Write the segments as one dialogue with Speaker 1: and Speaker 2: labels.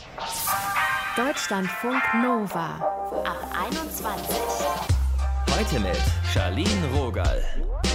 Speaker 1: Deutschlandfunk Nova ab 21.
Speaker 2: Heute mit Charlene Rogal.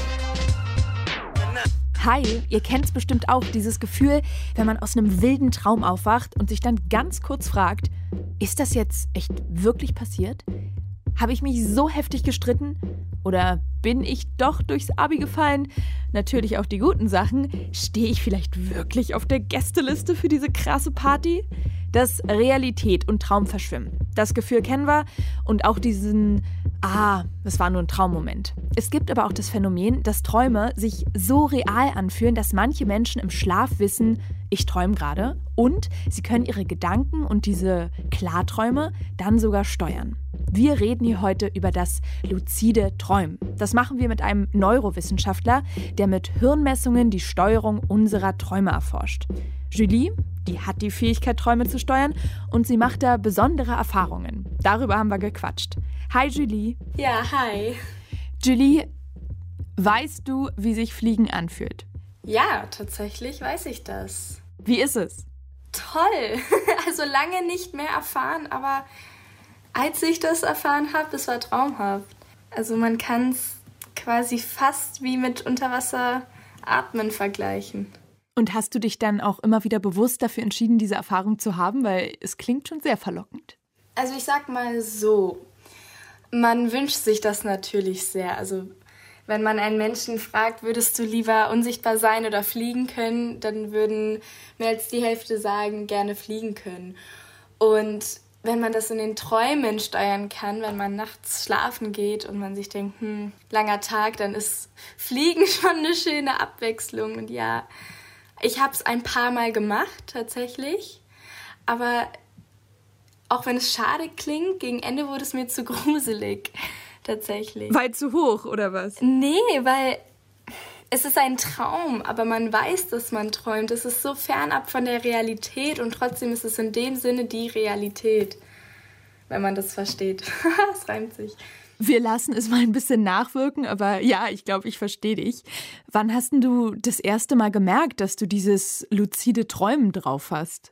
Speaker 3: Hi, ihr kennt es bestimmt auch, dieses Gefühl, wenn man aus einem wilden Traum aufwacht und sich dann ganz kurz fragt, ist das jetzt echt wirklich passiert? Habe ich mich so heftig gestritten? Oder bin ich doch durchs Abi gefallen? Natürlich auch die guten Sachen. Stehe ich vielleicht wirklich auf der Gästeliste für diese krasse Party? Dass Realität und Traum verschwimmen. Das Gefühl kennen wir und auch diesen, das war nur ein Traummoment. Es gibt aber auch das Phänomen, dass Träume sich so real anfühlen, dass manche Menschen im Schlaf wissen, ich träume gerade, und sie können ihre Gedanken und diese Klarträume dann sogar steuern. Wir reden hier heute über das luzide Träumen. Das machen wir mit einem Neurowissenschaftler, der mit Hirnmessungen die Steuerung unserer Träume erforscht. Julie, die hat die Fähigkeit, Träume zu steuern, und sie macht da besondere Erfahrungen. Darüber haben wir gequatscht. Hi Julie.
Speaker 4: Ja, hi.
Speaker 3: Julie, weißt du, wie sich Fliegen anfühlt?
Speaker 4: Ja, tatsächlich weiß ich das.
Speaker 3: Wie ist es?
Speaker 4: Toll. Also lange nicht mehr erfahren, aber als ich das erfahren habe, das war traumhaft. Also man kann es quasi fast wie mit Unterwasser atmen vergleichen.
Speaker 3: Und hast du dich dann auch immer wieder bewusst dafür entschieden, diese Erfahrung zu haben? Weil es klingt schon sehr verlockend.
Speaker 4: Also ich sag mal so, man wünscht sich das natürlich sehr. Also wenn man einen Menschen fragt, würdest du lieber unsichtbar sein oder fliegen können, dann würden mehr als die Hälfte sagen, gerne fliegen können. Und wenn man das in den Träumen steuern kann, wenn man nachts schlafen geht und man sich denkt, langer Tag, dann ist Fliegen schon eine schöne Abwechslung. Und ja, ich habe es ein paar Mal gemacht, tatsächlich. Aber auch wenn es schade klingt, gegen Ende wurde es mir zu gruselig, tatsächlich.
Speaker 3: Weil zu hoch, oder was?
Speaker 4: Nee, weil es ist ein Traum, aber man weiß, dass man träumt. Es ist so fernab von der Realität und trotzdem ist es in dem Sinne die Realität, wenn man das versteht. Es reimt sich.
Speaker 3: Wir lassen es mal ein bisschen nachwirken, aber ja, ich glaube, ich verstehe dich. Wann hast denn du das erste Mal gemerkt, dass du dieses luzide Träumen drauf hast?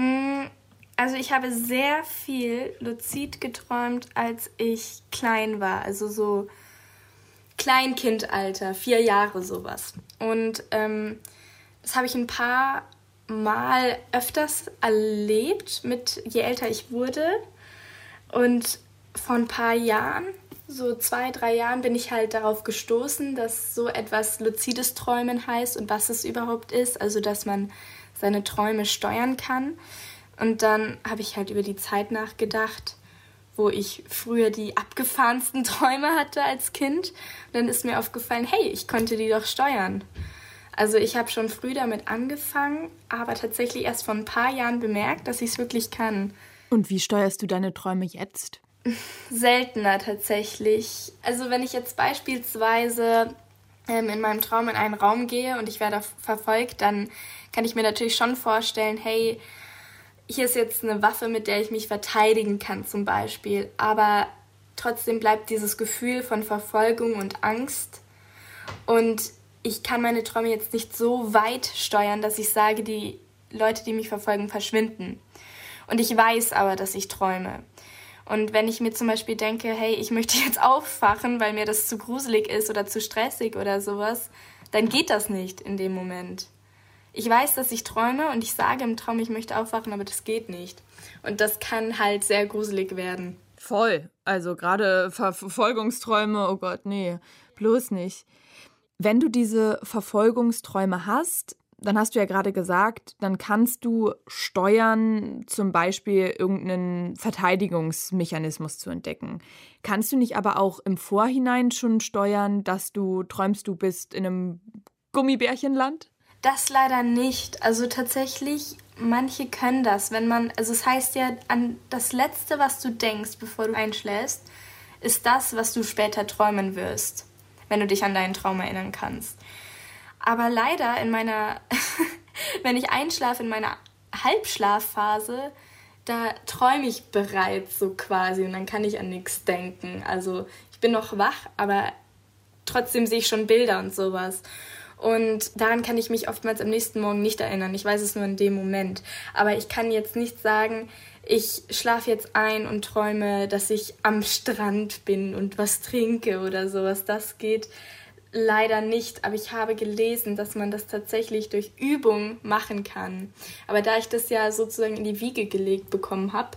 Speaker 4: Also ich habe sehr viel luzid geträumt, als ich klein war, also so Kleinkindalter, 4 Jahre sowas. Und das habe ich ein paar Mal öfters erlebt, je älter ich wurde. Und vor ein paar Jahren, so 2, 3 Jahren, bin ich halt darauf gestoßen, dass so etwas luzides Träumen heißt und was es überhaupt ist. Also, dass man seine Träume steuern kann. Und dann habe ich halt über die Zeit nachgedacht, wo ich früher die abgefahrensten Träume hatte als Kind. Und dann ist mir aufgefallen, hey, ich konnte die doch steuern. Also ich habe schon früh damit angefangen, aber tatsächlich erst vor ein paar Jahren bemerkt, dass ich es wirklich kann.
Speaker 3: Und wie steuerst du deine Träume jetzt?
Speaker 4: Seltener tatsächlich. Also wenn ich jetzt beispielsweise in meinem Traum in einen Raum gehe und ich werde verfolgt, dann kann ich mir natürlich schon vorstellen, hey, hier ist jetzt eine Waffe, mit der ich mich verteidigen kann zum Beispiel. Aber trotzdem bleibt dieses Gefühl von Verfolgung und Angst. Und ich kann meine Träume jetzt nicht so weit steuern, dass ich sage, die Leute, die mich verfolgen, verschwinden. Und ich weiß aber, dass ich träume. Und wenn ich mir zum Beispiel denke, hey, ich möchte jetzt aufwachen, weil mir das zu gruselig ist oder zu stressig oder sowas, dann geht das nicht in dem Moment. Ich weiß, dass ich träume und ich sage im Traum, ich möchte aufwachen, aber das geht nicht. Und das kann halt sehr gruselig werden.
Speaker 3: Voll. Also gerade Verfolgungsträume, oh Gott, nee, bloß nicht. Wenn du diese Verfolgungsträume hast, dann hast du ja gerade gesagt, dann kannst du steuern, zum Beispiel irgendeinen Verteidigungsmechanismus zu entdecken. Kannst du nicht aber auch im Vorhinein schon steuern, dass du träumst, du bist in einem Gummibärchenland?
Speaker 4: Das leider nicht. Also tatsächlich, manche können das. Also es heißt ja, an das Letzte, was du denkst, bevor du einschläfst, ist das, was du später träumen wirst, wenn du dich an deinen Traum erinnern kannst. Aber leider wenn ich einschlafe in meiner Halbschlafphase, da träume ich bereits so quasi und dann kann ich an nichts denken. Also ich bin noch wach, aber trotzdem sehe ich schon Bilder und sowas. Und daran kann ich mich oftmals am nächsten Morgen nicht erinnern. Ich weiß es nur in dem Moment. Aber ich kann jetzt nicht sagen, ich schlafe jetzt ein und träume, dass ich am Strand bin und was trinke oder sowas. Das geht leider nicht. Aber ich habe gelesen, dass man das tatsächlich durch Übung machen kann. Aber da ich das ja sozusagen in die Wiege gelegt bekommen habe,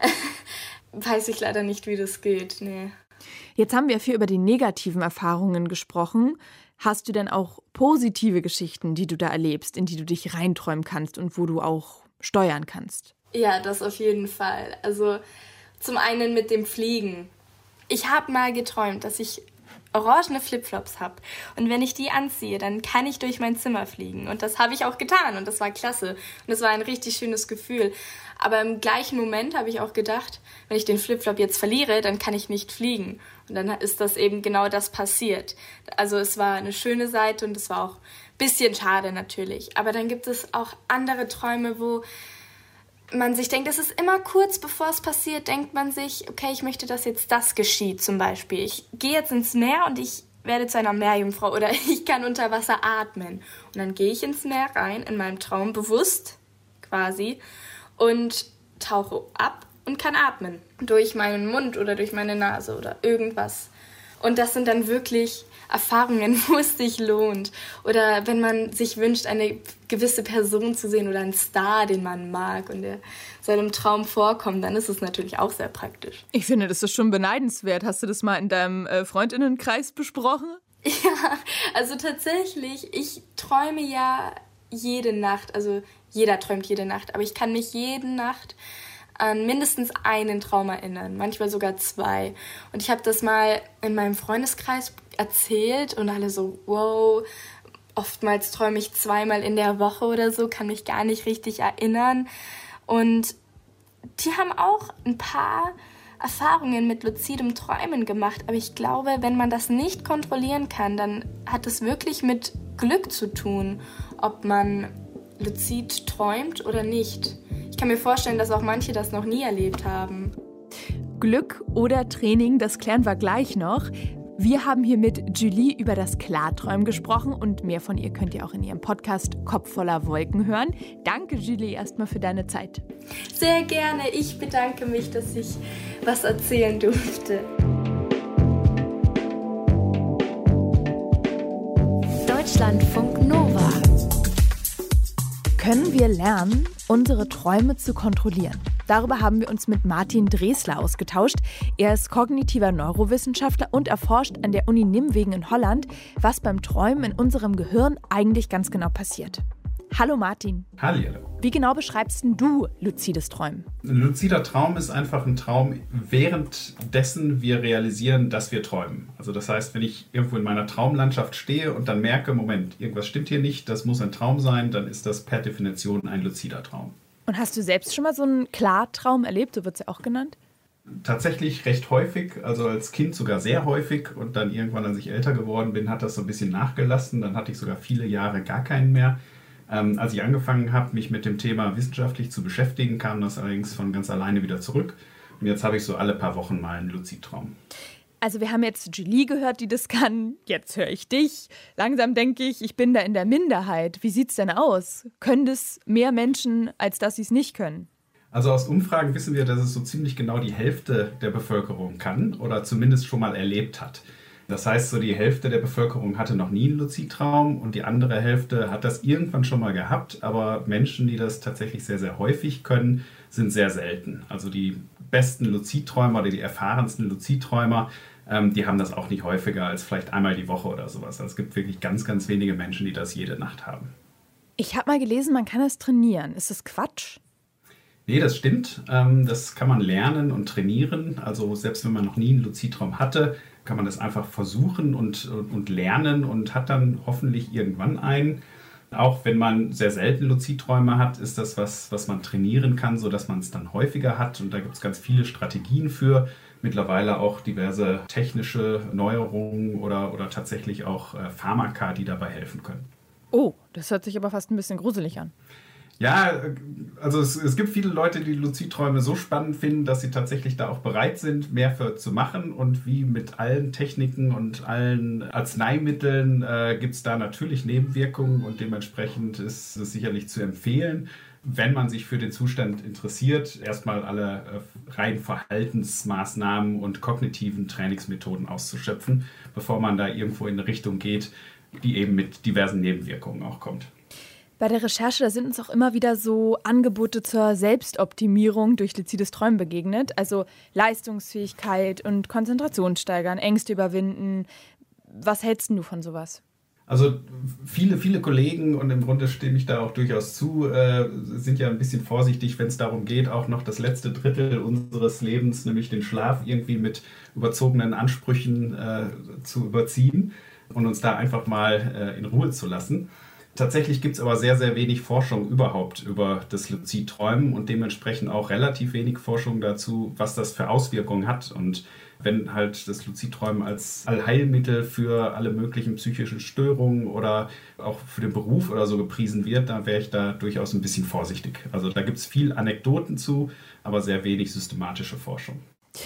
Speaker 4: weiß ich leider nicht, wie das geht. Nee.
Speaker 3: Jetzt haben wir viel über die negativen Erfahrungen gesprochen. Hast du denn auch positive Geschichten, die du da erlebst, in die du dich reinträumen kannst und wo du auch steuern kannst?
Speaker 4: Ja, das auf jeden Fall. Also zum einen mit dem Fliegen. Ich habe mal geträumt, dass ich orangene Flipflops habe. Und wenn ich die anziehe, dann kann ich durch mein Zimmer fliegen. Und das habe ich auch getan und das war klasse. Und das war ein richtig schönes Gefühl. Aber im gleichen Moment habe ich auch gedacht, wenn ich den Flipflop jetzt verliere, dann kann ich nicht fliegen. Und dann ist das eben genau das passiert. Also es war eine schöne Seite und es war auch ein bisschen schade natürlich. Aber dann gibt es auch andere Träume, wo man sich denkt, es ist immer kurz bevor es passiert, denkt man sich, okay, ich möchte, dass jetzt das geschieht zum Beispiel. Ich gehe jetzt ins Meer und ich werde zu einer Meerjungfrau oder ich kann unter Wasser atmen. Und dann gehe ich ins Meer rein, in meinem Traum bewusst quasi und tauche ab und kann atmen. Durch meinen Mund oder durch meine Nase oder irgendwas. Und das sind dann wirklich Erfahrungen, wo es sich lohnt. Oder wenn man sich wünscht, eine gewisse Person zu sehen oder einen Star, den man mag und der seinem Traum vorkommt, dann ist es natürlich auch sehr praktisch.
Speaker 3: Ich finde, das ist schon beneidenswert. Hast du das mal in deinem Freundinnenkreis besprochen?
Speaker 4: Ja, also tatsächlich, ich träume ja jede Nacht. Also jeder träumt jede Nacht, aber ich kann mich jede Nacht an mindestens einen Traum erinnern, manchmal sogar 2. Und ich habe das mal in meinem Freundeskreis erzählt und alle so, wow, oftmals träume ich 2-mal in der Woche oder so, kann mich gar nicht richtig erinnern. Und die haben auch ein paar Erfahrungen mit luzidem Träumen gemacht, aber ich glaube, wenn man das nicht kontrollieren kann, dann hat es wirklich mit Glück zu tun, ob man luzid träumt oder nicht. Ich kann mir vorstellen, dass auch manche das noch nie erlebt haben.
Speaker 3: Glück oder Training, das klären wir gleich noch. Wir haben hier mit Julie über das Klarträumen gesprochen und mehr von ihr könnt ihr auch in ihrem Podcast Kopf voller Wolken hören. Danke, Julie, erstmal für deine Zeit.
Speaker 4: Sehr gerne. Ich bedanke mich, dass ich was erzählen durfte.
Speaker 1: Deutschlandfunk Nova.
Speaker 3: Können wir lernen, unsere Träume zu kontrollieren? Darüber haben wir uns mit Martin Dresler ausgetauscht. Er ist kognitiver Neurowissenschaftler und erforscht an der Uni Nimwegen in Holland, was beim Träumen in unserem Gehirn eigentlich ganz genau passiert. Hallo Martin.
Speaker 5: Hallihallo.
Speaker 3: Wie genau beschreibst denn du luzides Träumen?
Speaker 5: Ein luzider Traum ist einfach ein Traum, währenddessen wir realisieren, dass wir träumen. Also das heißt, wenn ich irgendwo in meiner Traumlandschaft stehe und dann merke, Moment, irgendwas stimmt hier nicht, das muss ein Traum sein, dann ist das per Definition ein luzider Traum.
Speaker 3: Und hast du selbst schon mal so einen Klartraum erlebt? So wird es ja auch genannt.
Speaker 5: Tatsächlich recht häufig, also als Kind sogar sehr häufig und dann irgendwann, als ich älter geworden bin, hat das so ein bisschen nachgelassen. Dann hatte ich sogar viele Jahre gar keinen mehr. Als ich angefangen habe, mich mit dem Thema wissenschaftlich zu beschäftigen, kam das allerdings von ganz alleine wieder zurück. Und jetzt habe ich so alle paar Wochen mal einen Luzidtraum.
Speaker 3: Also wir haben jetzt Julie gehört, die das kann. Jetzt höre ich dich. Langsam denke ich bin da in der Minderheit. Wie sieht es denn aus? Können das mehr Menschen, als dass sie es nicht können?
Speaker 5: Also aus Umfragen wissen wir, dass es so ziemlich genau die Hälfte der Bevölkerung kann oder zumindest schon mal erlebt hat. Das heißt, so die Hälfte der Bevölkerung hatte noch nie einen Luzidtraum und die andere Hälfte hat das irgendwann schon mal gehabt. Aber Menschen, die das tatsächlich sehr, sehr häufig können, sind sehr selten. Also die besten Luzidträumer oder die erfahrensten Luzidträumer, die haben das auch nicht häufiger als vielleicht einmal die Woche oder sowas. Also es gibt wirklich ganz, ganz wenige Menschen, die das jede Nacht haben.
Speaker 3: Ich habe mal gelesen, man kann das trainieren. Ist das Quatsch?
Speaker 5: Nee, das stimmt. Das kann man lernen und trainieren. Also selbst wenn man noch nie einen Luzidtraum hatte, kann man das einfach versuchen und lernen und hat dann hoffentlich irgendwann einen. Auch wenn man sehr selten Luzidträume hat, ist das was man trainieren kann, sodass man es dann häufiger hat. Und da gibt es ganz viele Strategien für. Mittlerweile auch diverse technische Neuerungen oder tatsächlich auch Pharmaka, die dabei helfen können.
Speaker 3: Oh, das hört sich aber fast ein bisschen gruselig an.
Speaker 5: Ja, also es gibt viele Leute, die Luzidträume so spannend finden, dass sie tatsächlich da auch bereit sind, mehr für zu machen. Und wie mit allen Techniken und allen Arzneimitteln gibt es da natürlich Nebenwirkungen und dementsprechend ist es sicherlich zu empfehlen, wenn man sich für den Zustand interessiert, erstmal alle rein Verhaltensmaßnahmen und kognitiven Trainingsmethoden auszuschöpfen, bevor man da irgendwo in eine Richtung geht, die eben mit diversen Nebenwirkungen auch kommt.
Speaker 3: Bei der Recherche, da sind uns auch immer wieder so Angebote zur Selbstoptimierung durch luzides Träumen begegnet. Also Leistungsfähigkeit und Konzentration steigern, Ängste überwinden. Was hältst du von sowas?
Speaker 5: Also viele Kollegen, und im Grunde stimme ich da auch durchaus zu, sind ja ein bisschen vorsichtig, wenn es darum geht, auch noch das letzte Drittel unseres Lebens, nämlich den Schlaf, irgendwie mit überzogenen Ansprüchen zu überziehen und uns da einfach mal in Ruhe zu lassen. Tatsächlich gibt es aber sehr, sehr wenig Forschung überhaupt über das Luzidträumen und dementsprechend auch relativ wenig Forschung dazu, was das für Auswirkungen hat. Und wenn halt das Luzidträumen als Allheilmittel für alle möglichen psychischen Störungen oder auch für den Beruf oder so gepriesen wird, dann wäre ich da durchaus ein bisschen vorsichtig. Also da gibt es viel Anekdoten zu, aber sehr wenig systematische Forschung.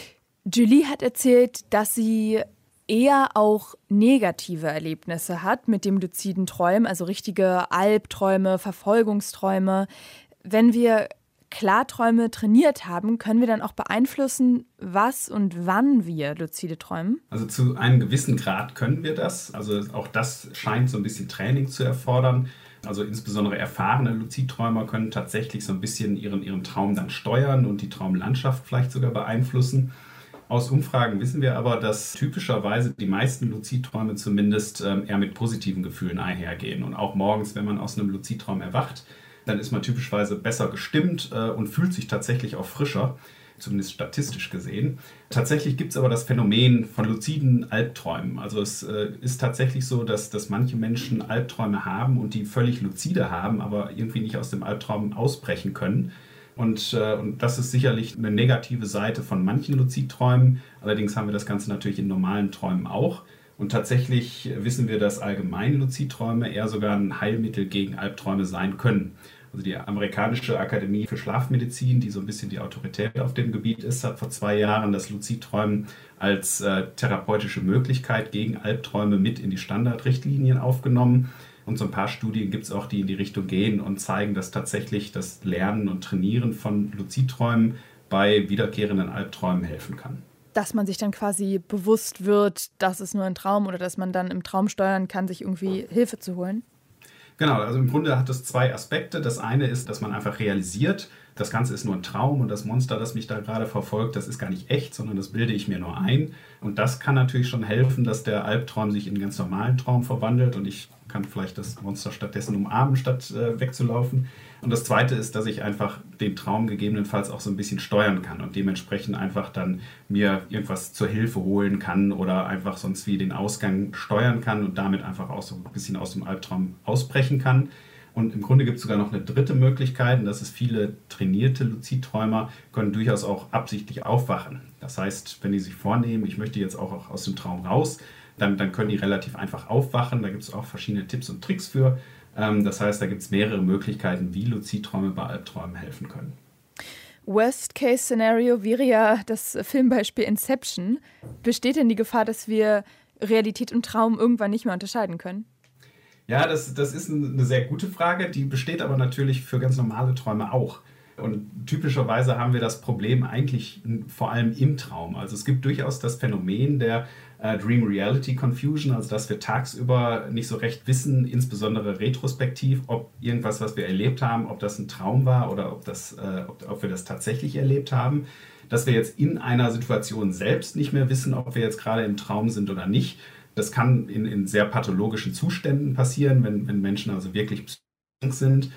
Speaker 3: Julie hat erzählt, dass sie eher auch negative Erlebnisse hat mit dem luziden Träumen, also richtige Albträume, Verfolgungsträume. Wenn wir Klarträume trainiert haben, können wir dann auch beeinflussen, was und wann wir luzide träumen?
Speaker 5: Also zu einem gewissen Grad können wir das. Also auch das scheint so ein bisschen Training zu erfordern. Also insbesondere erfahrene Luzidträumer können tatsächlich so ein bisschen ihren Traum dann steuern und die Traumlandschaft vielleicht sogar beeinflussen. Aus Umfragen wissen wir aber, dass typischerweise die meisten Luzidträume zumindest eher mit positiven Gefühlen einhergehen. Und auch morgens, wenn man aus einem Luzidtraum erwacht, dann ist man typischerweise besser gestimmt und fühlt sich tatsächlich auch frischer, zumindest statistisch gesehen. Tatsächlich gibt es aber das Phänomen von luziden Albträumen. Also es ist tatsächlich so, dass manche Menschen Albträume haben und die völlig luzide haben, aber irgendwie nicht aus dem Albtraum ausbrechen können. Und das ist sicherlich eine negative Seite von manchen Luzidträumen. Allerdings haben wir das Ganze natürlich in normalen Träumen auch. Und tatsächlich wissen wir, dass allgemeine Luzidträume eher sogar ein Heilmittel gegen Albträume sein können. Also die amerikanische Akademie für Schlafmedizin, die so ein bisschen die Autorität auf dem Gebiet ist, hat vor 2 Jahren das Luzidträumen als therapeutische Möglichkeit gegen Albträume mit in die Standardrichtlinien aufgenommen. Und so ein paar Studien gibt es auch, die in die Richtung gehen und zeigen, dass tatsächlich das Lernen und Trainieren von Luzidträumen bei wiederkehrenden Albträumen helfen kann.
Speaker 3: Dass man sich dann quasi bewusst wird, das ist nur ein Traum oder dass man dann im Traum steuern kann, sich irgendwie Hilfe zu holen?
Speaker 5: Genau, also im Grunde hat es 2 Aspekte. Das eine ist, dass man einfach realisiert, das Ganze ist nur ein Traum und das Monster, das mich da gerade verfolgt, das ist gar nicht echt, sondern das bilde ich mir nur ein. Und das kann natürlich schon helfen, dass der Albtraum sich in einen ganz normalen Traum verwandelt und ich kann vielleicht das Monster stattdessen umarmen, statt wegzulaufen. Und das Zweite ist, dass ich einfach den Traum gegebenenfalls auch so ein bisschen steuern kann und dementsprechend einfach dann mir irgendwas zur Hilfe holen kann oder einfach sonst wie den Ausgang steuern kann und damit einfach auch so ein bisschen aus dem Albtraum ausbrechen kann. Und im Grunde gibt es sogar noch eine dritte Möglichkeit, und das ist, viele trainierte Luzidträumer können durchaus auch absichtlich aufwachen. Das heißt, wenn die sich vornehmen, ich möchte jetzt auch aus dem Traum raus, dann können die relativ einfach aufwachen. Da gibt es auch verschiedene Tipps und Tricks für. Das heißt, da gibt es mehrere Möglichkeiten, wie Luzidträume bei Albträumen helfen können.
Speaker 3: Worst-Case-Szenario wäre ja das Filmbeispiel Inception. Besteht denn die Gefahr, dass wir Realität und Traum irgendwann nicht mehr unterscheiden können?
Speaker 5: Ja, das ist eine sehr gute Frage. Die besteht aber natürlich für ganz normale Träume auch. Und typischerweise haben wir das Problem eigentlich vor allem im Traum. Also es gibt durchaus das Phänomen der Dream Reality Confusion, also dass wir tagsüber nicht so recht wissen, insbesondere retrospektiv, ob irgendwas, was wir erlebt haben, ob das ein Traum war oder ob wir das tatsächlich erlebt haben. Dass wir jetzt in einer Situation selbst nicht mehr wissen, ob wir jetzt gerade im Traum sind oder nicht. Das kann in sehr pathologischen Zuständen passieren, wenn Menschen also wirklich krank sind.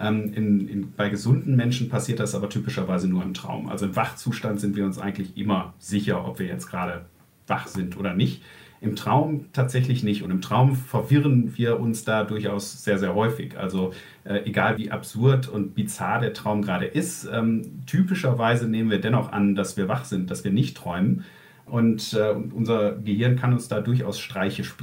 Speaker 5: Bei gesunden Menschen passiert das aber typischerweise nur im Traum. Also im Wachzustand sind wir uns eigentlich immer sicher, ob wir jetzt gerade wach sind oder nicht. Im Traum tatsächlich nicht. Und im Traum verwirren wir uns da durchaus sehr, sehr häufig. Also egal wie absurd und bizarr der Traum gerade ist, typischerweise nehmen wir dennoch an, dass wir wach sind, dass wir nicht träumen. Und unser Gehirn kann uns da durchaus Streiche spielen.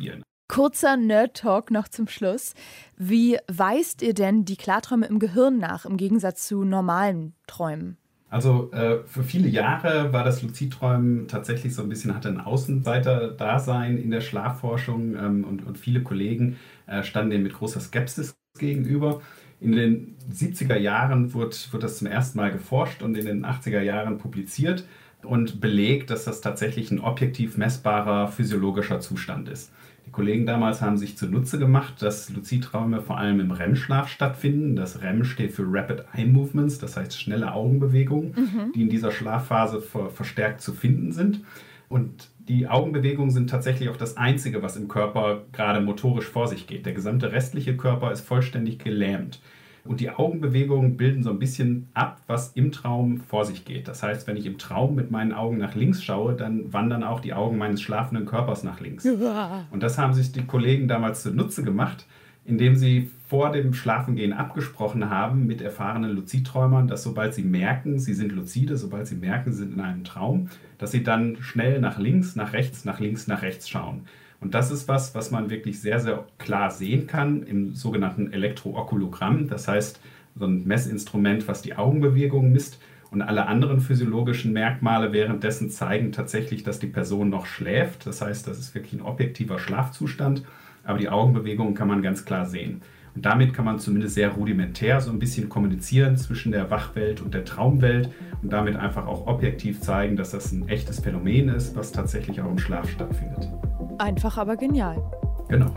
Speaker 3: Kurzer Nerd-Talk noch zum Schluss. Wie weist ihr denn die Klarträume im Gehirn nach, im Gegensatz zu normalen Träumen?
Speaker 5: Also für viele Jahre war das Luzidträumen tatsächlich so ein bisschen, hatte ein Außenseiter-Dasein in der Schlafforschung und viele Kollegen standen dem mit großer Skepsis gegenüber. In den 70er Jahren wurde das zum ersten Mal geforscht und in den 80er Jahren publiziert und belegt, dass das tatsächlich ein objektiv messbarer physiologischer Zustand ist. Die Kollegen damals haben sich zunutze gemacht, dass Luzidträume vor allem im REM-Schlaf stattfinden. Das REM steht für Rapid Eye Movements, das heißt schnelle Augenbewegungen, die in dieser Schlafphase verstärkt zu finden sind. Und die Augenbewegungen sind tatsächlich auch das Einzige, was im Körper gerade motorisch vor sich geht. Der gesamte restliche Körper ist vollständig gelähmt. Und die Augenbewegungen bilden so ein bisschen ab, was im Traum vor sich geht. Das heißt, wenn ich im Traum mit meinen Augen nach links schaue, dann wandern auch die Augen meines schlafenden Körpers nach links. Und das haben sich die Kollegen damals zunutze gemacht, indem sie vor dem Schlafengehen abgesprochen haben mit erfahrenen Luzidträumern, dass sobald sie merken, sie sind luzide, sobald sie merken, sie sind in einem Traum, dass sie dann schnell nach links, nach rechts, nach links, nach rechts schauen. Und das ist was man wirklich sehr, sehr klar sehen kann im sogenannten Elektrookulogramm. Das heißt, so ein Messinstrument, was die Augenbewegung misst. Und alle anderen physiologischen Merkmale währenddessen zeigen tatsächlich, dass die Person noch schläft. Das heißt, das ist wirklich ein objektiver Schlafzustand. Aber die Augenbewegungen kann man ganz klar sehen. Und damit kann man zumindest sehr rudimentär so ein bisschen kommunizieren zwischen der Wachwelt und der Traumwelt und damit einfach auch objektiv zeigen, dass das ein echtes Phänomen ist, was tatsächlich auch im Schlaf stattfindet.
Speaker 3: Einfach, aber genial.
Speaker 5: Genau.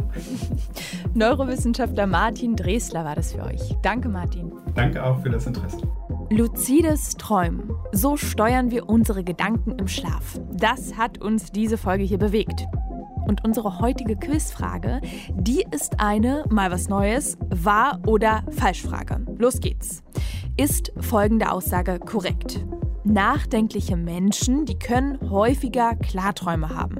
Speaker 3: Neurowissenschaftler Martin Dresler war das für euch. Danke, Martin.
Speaker 5: Danke auch für das Interesse.
Speaker 3: Luzides Träumen. So steuern wir unsere Gedanken im Schlaf. Das hat uns diese Folge hier bewegt. Und unsere heutige Quizfrage, die ist eine, mal was Neues, Wahr- oder Falschfrage. Los geht's. Ist folgende Aussage korrekt? Nachdenkliche Menschen, die können häufiger Klarträume haben.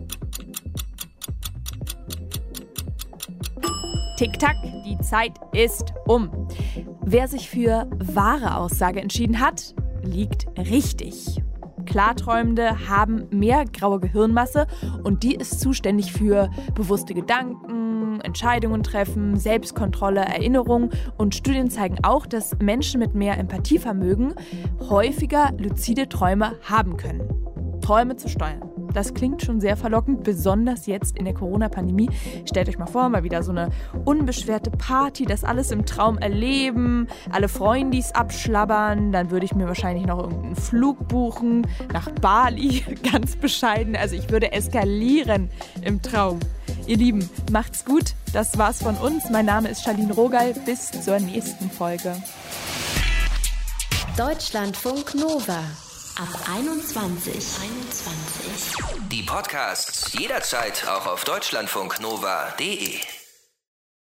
Speaker 3: Tick-Tack, die Zeit ist um. Wer sich für wahre Aussage entschieden hat, liegt richtig. Klarträumende haben mehr graue Gehirnmasse und die ist zuständig für bewusste Gedanken, Entscheidungen treffen, Selbstkontrolle, Erinnerung. Und Studien zeigen auch, dass Menschen mit mehr Empathievermögen häufiger luzide Träume haben können. Träume zu steuern. Das klingt schon sehr verlockend, besonders jetzt in der Corona-Pandemie. Stellt euch mal vor, mal wieder so eine unbeschwerte Party, das alles im Traum erleben, alle Freundis abschlabbern, dann würde ich mir wahrscheinlich noch irgendeinen Flug buchen, nach Bali, ganz bescheiden. Also ich würde eskalieren im Traum. Ihr Lieben, macht's gut, das war's von uns. Mein Name ist Charlene Rogal, bis zur nächsten Folge.
Speaker 1: Deutschlandfunk Nova. Ab 21.
Speaker 2: Die Podcasts jederzeit auch auf deutschlandfunknova.de.